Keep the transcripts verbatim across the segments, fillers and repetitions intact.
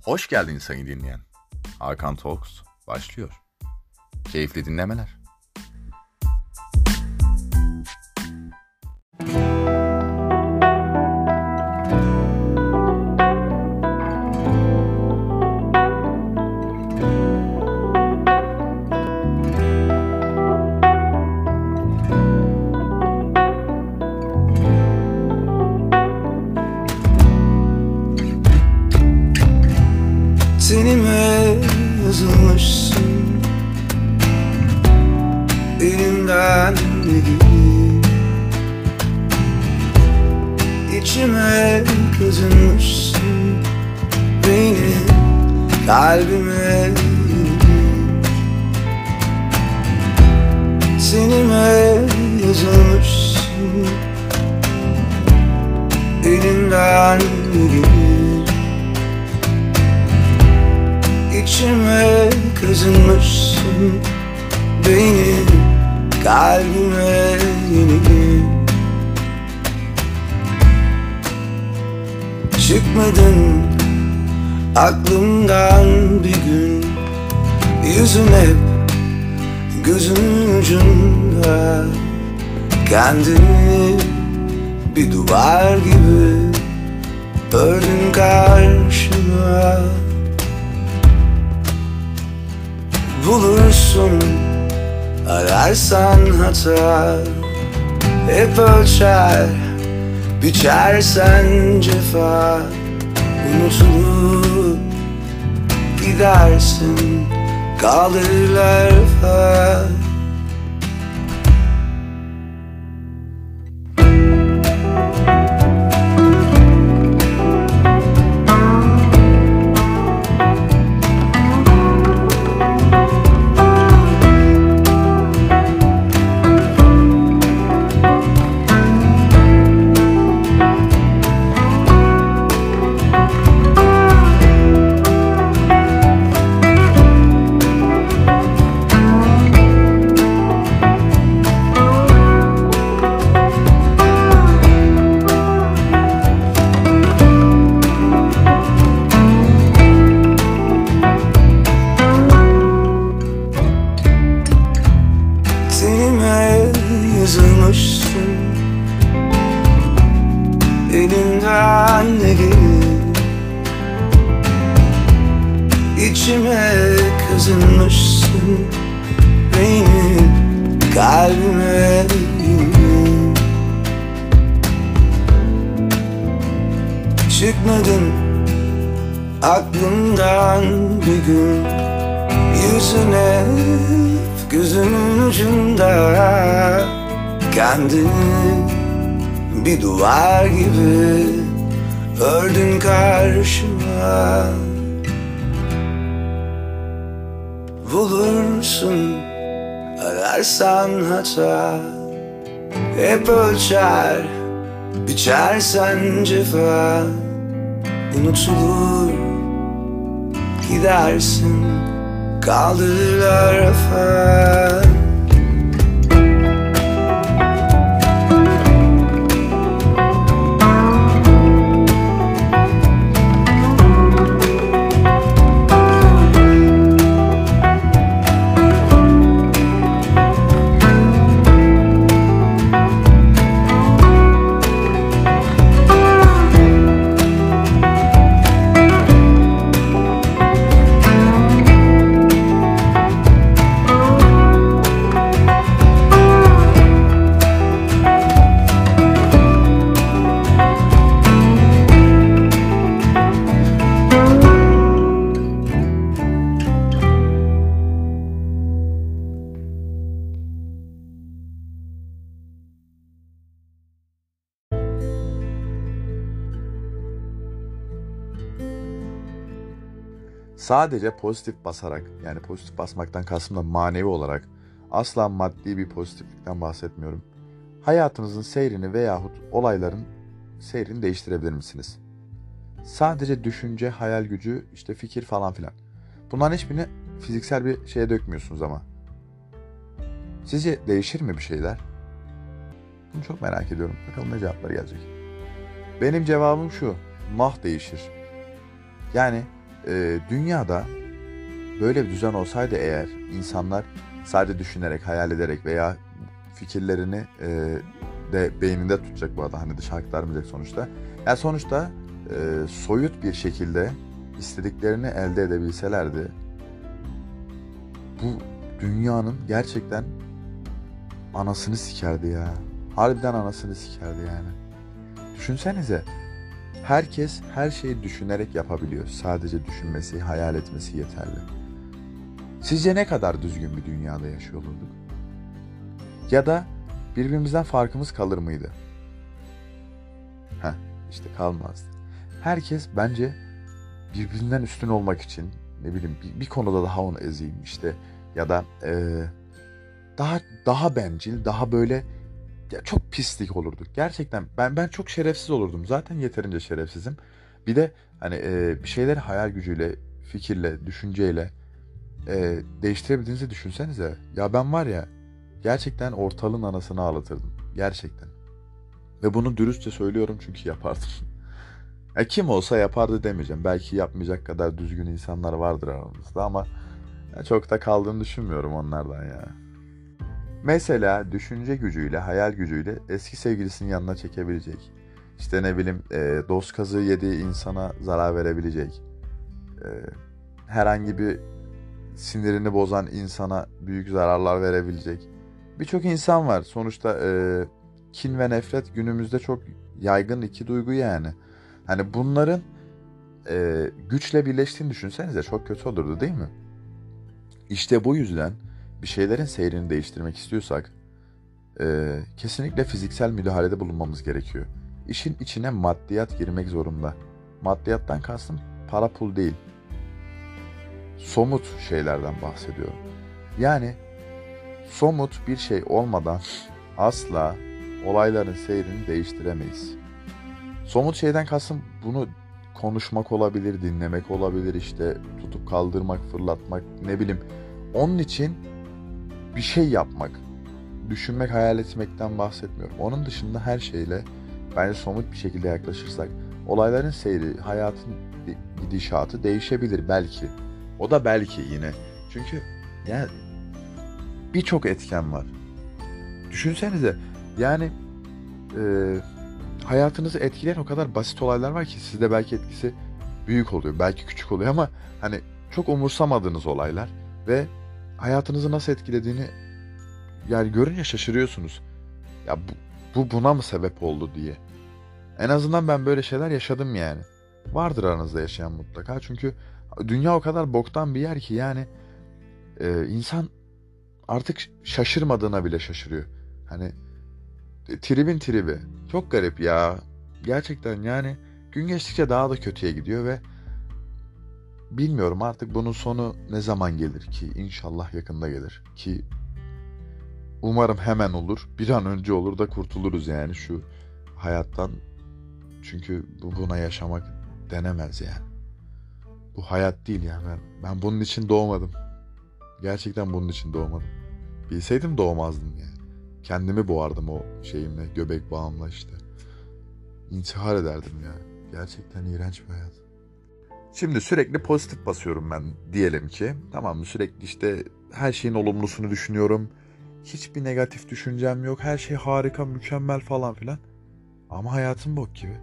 Hoş geldin sayın dinleyen. Hakan Talks başlıyor. Keyifli dinlemeler. Tenime yazılmışsın, elimden ne gelir? İçime kazınmışsın, benim kalbime indir. Tenime yazılmışsın, elimden ne gelir? İçime kazınmışsın, benim kalbime yenilir. Çıkmadın aklımdan bir gün, yüzün hep gözümün ucunda. Kendini bir duvar gibi ördün karşıma. Bulursun ararsan hata, hep ölçer biçersen cefa. Unutulup gidersin, kaldırırlar fa. Yazılmışsın, elimden ne gelir? İçime kazınmışsın, benim kalbime indir. Çıkmadın aklımdan bir gün, yüzüne gözümün ucunda. Kendini bir duvar gibi ördün karşıma. Bulursun ararsan hata, hep ölçer biçersen cefa. Unutulur gidersin, kaldırırlar rafa. Sadece pozitif basarak, yani pozitif basmaktan kastım da manevi olarak, asla maddi bir pozitiflikten bahsetmiyorum. Hayatınızın seyrini veyahut olayların seyrini değiştirebilir misiniz? Sadece düşünce, hayal gücü, işte fikir falan filan. Bunların hiçbirini fiziksel bir şeye dökmüyorsunuz ama. Sizce değişir mi bir şeyler? Bunu çok merak ediyorum. Bakalım ne cevaplar gelecek. Benim cevabım şu. Mah değişir. Yani e, dünyada böyle bir düzen olsaydı eğer, insanlar sadece düşünerek, hayal ederek veya fikirlerini e, de beyninde tutacak, bu arada hani dışa aktarmayacak sonuçta. Yani sonuçta e, soyut bir şekilde istediklerini elde edebilselerdi, bu dünyanın gerçekten anasını sikerdi ya. Harbiden anasını sikerdi yani. Düşünsenize, herkes her şeyi düşünerek yapabiliyor. Sadece düşünmesi, hayal etmesi yeterli. Sizce ne kadar düzgün bir dünyada yaşıyor olurduk? Ya da birbirimizden farkımız kalır mıydı? Heh, işte kalmazdı. Herkes bence birbirinden üstün olmak için, ne bileyim, bir, bir konuda daha onu ezeyim işte, ya da e, daha daha bencil, daha böyle, ya çok pislik olurduk. Gerçekten ben ben çok şerefsiz olurdum. Zaten yeterince şerefsizim. Bir de hani e, bir şeyleri hayal gücüyle, fikirle, düşünceyle e, değiştirebildiğinizi düşünsenize. Ya ben var ya, gerçekten ortalığın anasını ağlatırdım. Gerçekten. Ve bunu dürüstçe söylüyorum çünkü yapardım. Ya kim olsa yapardı demeyeceğim. Belki yapmayacak kadar düzgün insanlar vardır aramızda ama ya çok da kaldığını düşünmüyorum onlardan ya. Mesela düşünce gücüyle, hayal gücüyle eski sevgilisinin yanına çekebilecek. İşte ne bileyim, e, dost kazığı yediği insana zarar verebilecek. E, herhangi bir sinirini bozan insana büyük zararlar verebilecek. Birçok insan var. Sonuçta e, kin ve nefret günümüzde çok yaygın iki duygu yani. Hani bunların e, güçle birleştiğini düşünsenize, çok kötü olurdu değil mi? İşte bu yüzden bir şeylerin seyrini değiştirmek istiyorsak e, kesinlikle fiziksel müdahalede bulunmamız gerekiyor. İşin içine maddiyat girmek zorunda. Maddiyattan kastım para pul değil. Somut şeylerden bahsediyorum. Yani somut bir şey olmadan asla olayların seyrini değiştiremeyiz. Somut şeyden kastım bunu konuşmak olabilir, dinlemek olabilir, işte tutup kaldırmak, fırlatmak, ne bileyim. Onun için bir şey yapmak, düşünmek, hayal etmekten bahsetmiyorum. Onun dışında her şeyle bence somut bir şekilde yaklaşırsak olayların seyri, hayatın gidişatı değişebilir belki. O da belki yine. Çünkü yani birçok etken var. Düşünsenize yani e, hayatınızı etkileyen o kadar basit olaylar var ki sizde belki etkisi büyük oluyor, belki küçük oluyor ama hani çok umursamadığınız olaylar ve hayatınızı nasıl etkilediğini yani görünce şaşırıyorsunuz. Ya bu, bu buna mı sebep oldu diye. En azından ben böyle şeyler yaşadım yani. Vardır aranızda yaşayan mutlaka. Çünkü dünya o kadar boktan bir yer ki yani e, insan artık şaşırmadığına bile şaşırıyor. Hani e, tribin tribi. Çok garip ya. Gerçekten yani gün geçtikçe daha da kötüye gidiyor ve bilmiyorum artık bunun sonu ne zaman gelir ki, inşallah yakında gelir ki, umarım hemen olur, bir an önce olur da kurtuluruz yani şu hayattan, çünkü bu buna yaşamak denemez yani, bu hayat değil yani, ben, ben bunun için doğmadım, gerçekten bunun için doğmadım, bilseydim doğmazdım yani, kendimi boğardım o şeyimle, göbek bağımla işte, intihar ederdim ya, gerçekten iğrenç bir hayat. Şimdi sürekli pozitif basıyorum ben diyelim ki. Tamam mı? Sürekli işte her şeyin olumlusunu düşünüyorum. Hiçbir negatif düşüncem yok. Her şey harika, mükemmel falan filan. Ama hayatım bok gibi.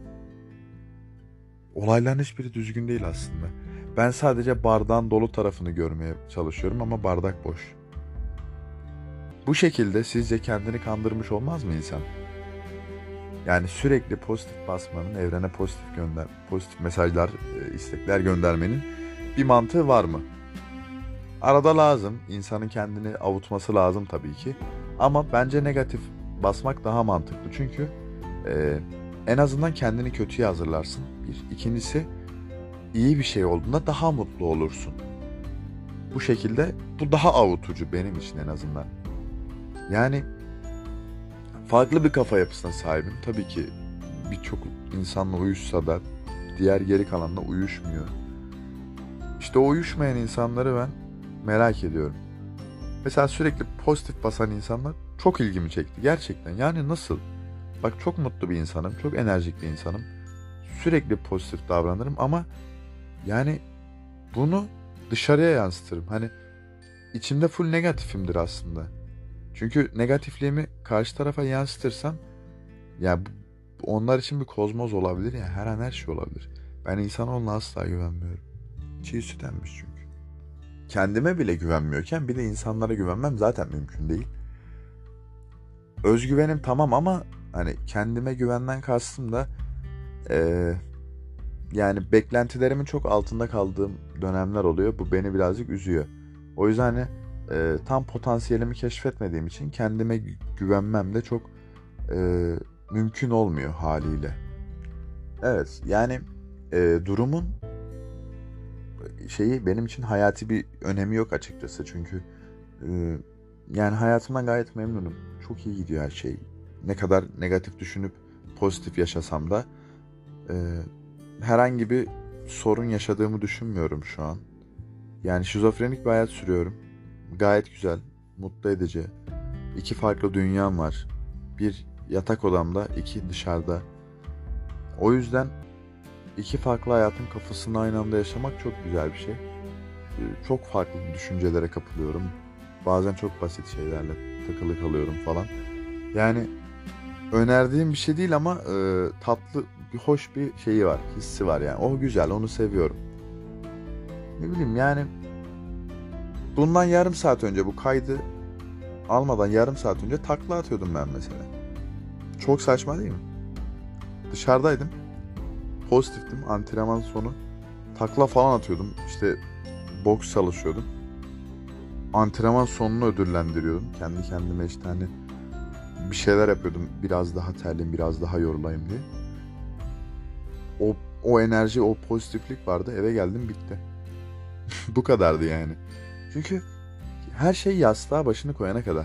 Olayların hiçbiri düzgün değil aslında. Ben sadece bardağın dolu tarafını görmeye çalışıyorum ama bardak boş. Bu şekilde sizce kendini kandırmış olmaz mı insan? Yani sürekli pozitif basmanın, evrene pozitif gönder, pozitif mesajlar, istekler göndermenin bir mantığı var mı? Arada lazım, insanın kendini avutması lazım tabii ki. Ama bence negatif basmak daha mantıklı. Çünkü e, en azından kendini kötüye hazırlarsın. Bir. İkincisi, iyi bir şey olduğunda daha mutlu olursun. Bu şekilde bu daha avutucu benim için en azından. Yani farklı bir kafa yapısına sahibim. Tabii ki birçok insanla uyuşsa da diğer geri kalanla uyuşmuyor. İşte o uyuşmayan insanları ben merak ediyorum. Mesela sürekli pozitif basan insanlar çok ilgimi çekti gerçekten. Yani nasıl? Bak çok mutlu bir insanım, çok enerjik bir insanım. Sürekli pozitif davranırım ama Yani bunu dışarıya yansıtırım. Hani içimde full negatifimdir aslında. Çünkü negatifliğimi karşı tarafa yansıtırsam ya bu- onlar için bir kozmoz olabilir ya, her an her şey olabilir. Ben insanoğluna asla güvenmiyorum. Çiğ süt emmiş çünkü. Kendime bile güvenmiyorken bir de insanlara güvenmem zaten mümkün değil. Özgüvenim tamam ama hani kendime güvenden kastım da eee, yani beklentilerimin çok altında kaldığım dönemler oluyor. Bu beni birazcık üzüyor. O yüzden hani eee, tam potansiyelimi keşfetmediğim için kendime gü- güvenmem de çok eee, mümkün olmuyor haliyle. Evet yani eee, durumun şeyi benim için hayati bir önemi yok açıkçası. Çünkü eee, yani hayatımdan gayet memnunum. Çok iyi gidiyor her şey. Ne kadar negatif düşünüp pozitif yaşasam da eee, herhangi bir sorun yaşadığımı düşünmüyorum şu an. Yani şizofrenik bir hayat sürüyorum. Gayet güzel, mutlu edici. İki farklı dünyam var. Bir yatak odamda, iki dışarıda. O yüzden iki farklı hayatın kafasında aynı anda yaşamak çok güzel bir şey. Ee, Çok farklı düşüncelere kapılıyorum. Bazen çok basit şeylerle takılı kalıyorum falan. Yani önerdiğim bir şey değil ama e, tatlı, bir hoş bir şeyi var, hissi var yani. O güzel, onu seviyorum. Ne bileyim yani bundan yarım saat önce bu kaydı almadan yarım saat önce takla atıyordum ben mesela. Çok saçma değil mi? Dışarıdaydım. Pozitiftim. Antrenman sonu. Takla falan atıyordum. İşte boks çalışıyordum. Antrenman sonunu ödüllendiriyordum. Kendi kendime işte hani bir şeyler yapıyordum. Biraz daha terliyim, biraz daha yorulayım diye. O, o enerji, o pozitiflik vardı. Eve geldim bitti. Bu kadardı yani. Çünkü her şey yastığa başını koyana kadar.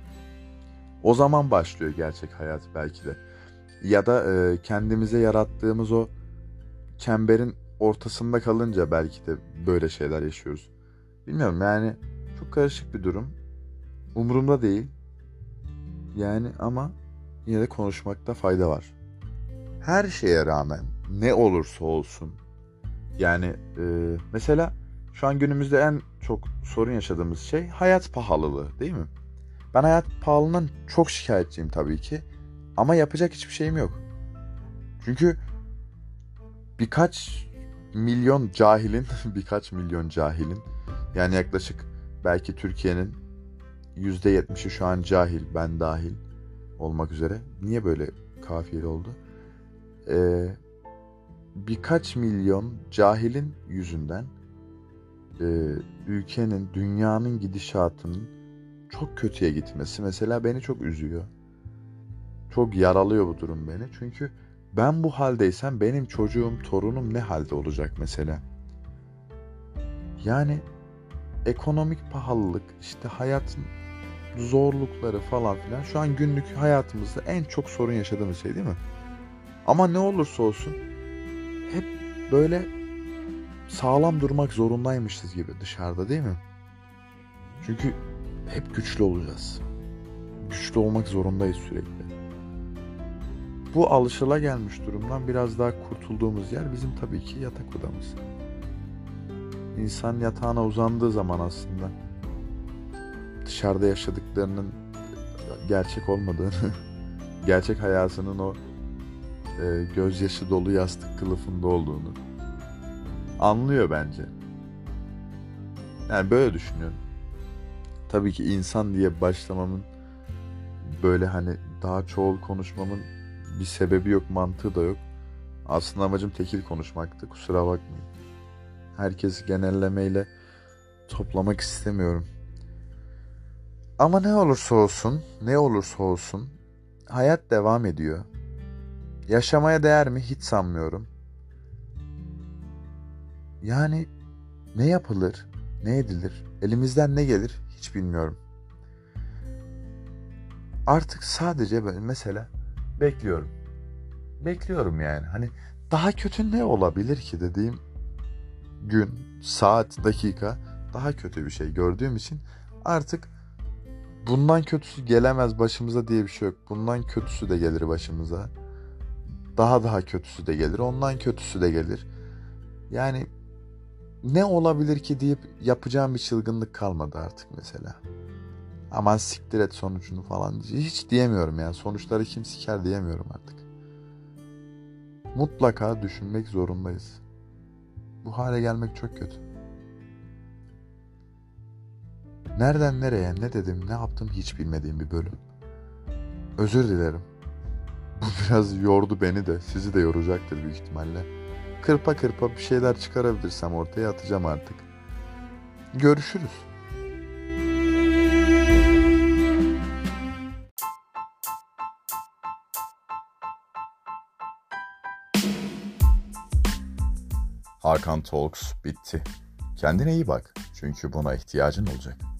O zaman başlıyor gerçek hayat belki de. Ya da e, kendimize yarattığımız o çemberin ortasında kalınca belki de böyle şeyler yaşıyoruz. Bilmiyorum yani çok karışık bir durum. Umurumda değil. Yani ama yine de konuşmakta fayda var. Her şeye rağmen ne olursa olsun yani e, mesela şu an günümüzde en çok sorun yaşadığımız şey hayat pahalılığı değil mi? Ben hayat pahalılığından çok şikayetçiyim tabii ki. Ama yapacak hiçbir şeyim yok. Çünkü birkaç milyon cahilin, birkaç milyon cahilin yani yaklaşık belki Türkiye'nin yüzde yetmişi şu an cahil, ben dahil olmak üzere. Niye böyle kafiyeli oldu? Ee, Birkaç milyon cahilin yüzünden e, ülkenin, dünyanın gidişatının çok kötüye gitmesi mesela beni çok üzüyor. Çok yaralıyor bu durum beni. Çünkü ben bu haldeysem benim çocuğum, torunum ne halde olacak mesela? Yani ekonomik pahalılık, işte hayatın zorlukları falan filan şu an günlük hayatımızda en çok sorun yaşadığımız şey değil mi? Ama ne olursa olsun hep böyle sağlam durmak zorundaymışız gibi dışarıda değil mi? Çünkü hep güçlü olacağız. Güçlü olmak zorundayız sürekli. Bu alışılagelmiş durumdan biraz daha kurtulduğumuz yer bizim tabii ki yatak odamız. İnsan yatağına uzandığı zaman aslında dışarıda yaşadıklarının gerçek olmadığını, gerçek hayatının o e, gözyaşı dolu yastık kılıfında olduğunu anlıyor bence. Yani böyle düşünüyorum. Tabii ki insan diye başlamamın böyle hani daha çoğul konuşmamın bir sebebi yok, mantığı da yok. Aslında amacım tekil konuşmaktı. Kusura bakmayın. Herkesi genellemeyle toplamak istemiyorum. Ama ne olursa olsun, ne olursa olsun hayat devam ediyor. Yaşamaya değer mi hiç sanmıyorum. Yani ne yapılır, ne edilir, elimizden ne gelir hiç bilmiyorum. Artık sadece böyle mesela bekliyorum. Bekliyorum yani. Hani daha kötü ne olabilir ki dediğim gün, saat, dakika daha kötü bir şey gördüğüm için artık bundan kötüsü gelemez başımıza diye bir şey yok. Bundan kötüsü de gelir başımıza. Daha daha kötüsü de gelir. Ondan kötüsü de gelir. Yani ne olabilir ki deyip yapacağım bir çılgınlık kalmadı artık mesela. Aman siktir et sonucunu falan hiç diyemiyorum yani. Sonuçları kim siker diyemiyorum artık. Mutlaka düşünmek zorundayız. Bu hale gelmek çok kötü. Nereden nereye, ne dedim, ne yaptım hiç bilmediğim bir bölüm. Özür dilerim. Bu biraz yordu beni de, sizi de yoracaktır büyük ihtimalle. Kırpa kırpa bir şeyler çıkarabilirsem ortaya atacağım artık. Görüşürüz. Hakan Talks bitti. Kendine iyi bak. Çünkü buna ihtiyacın olacak.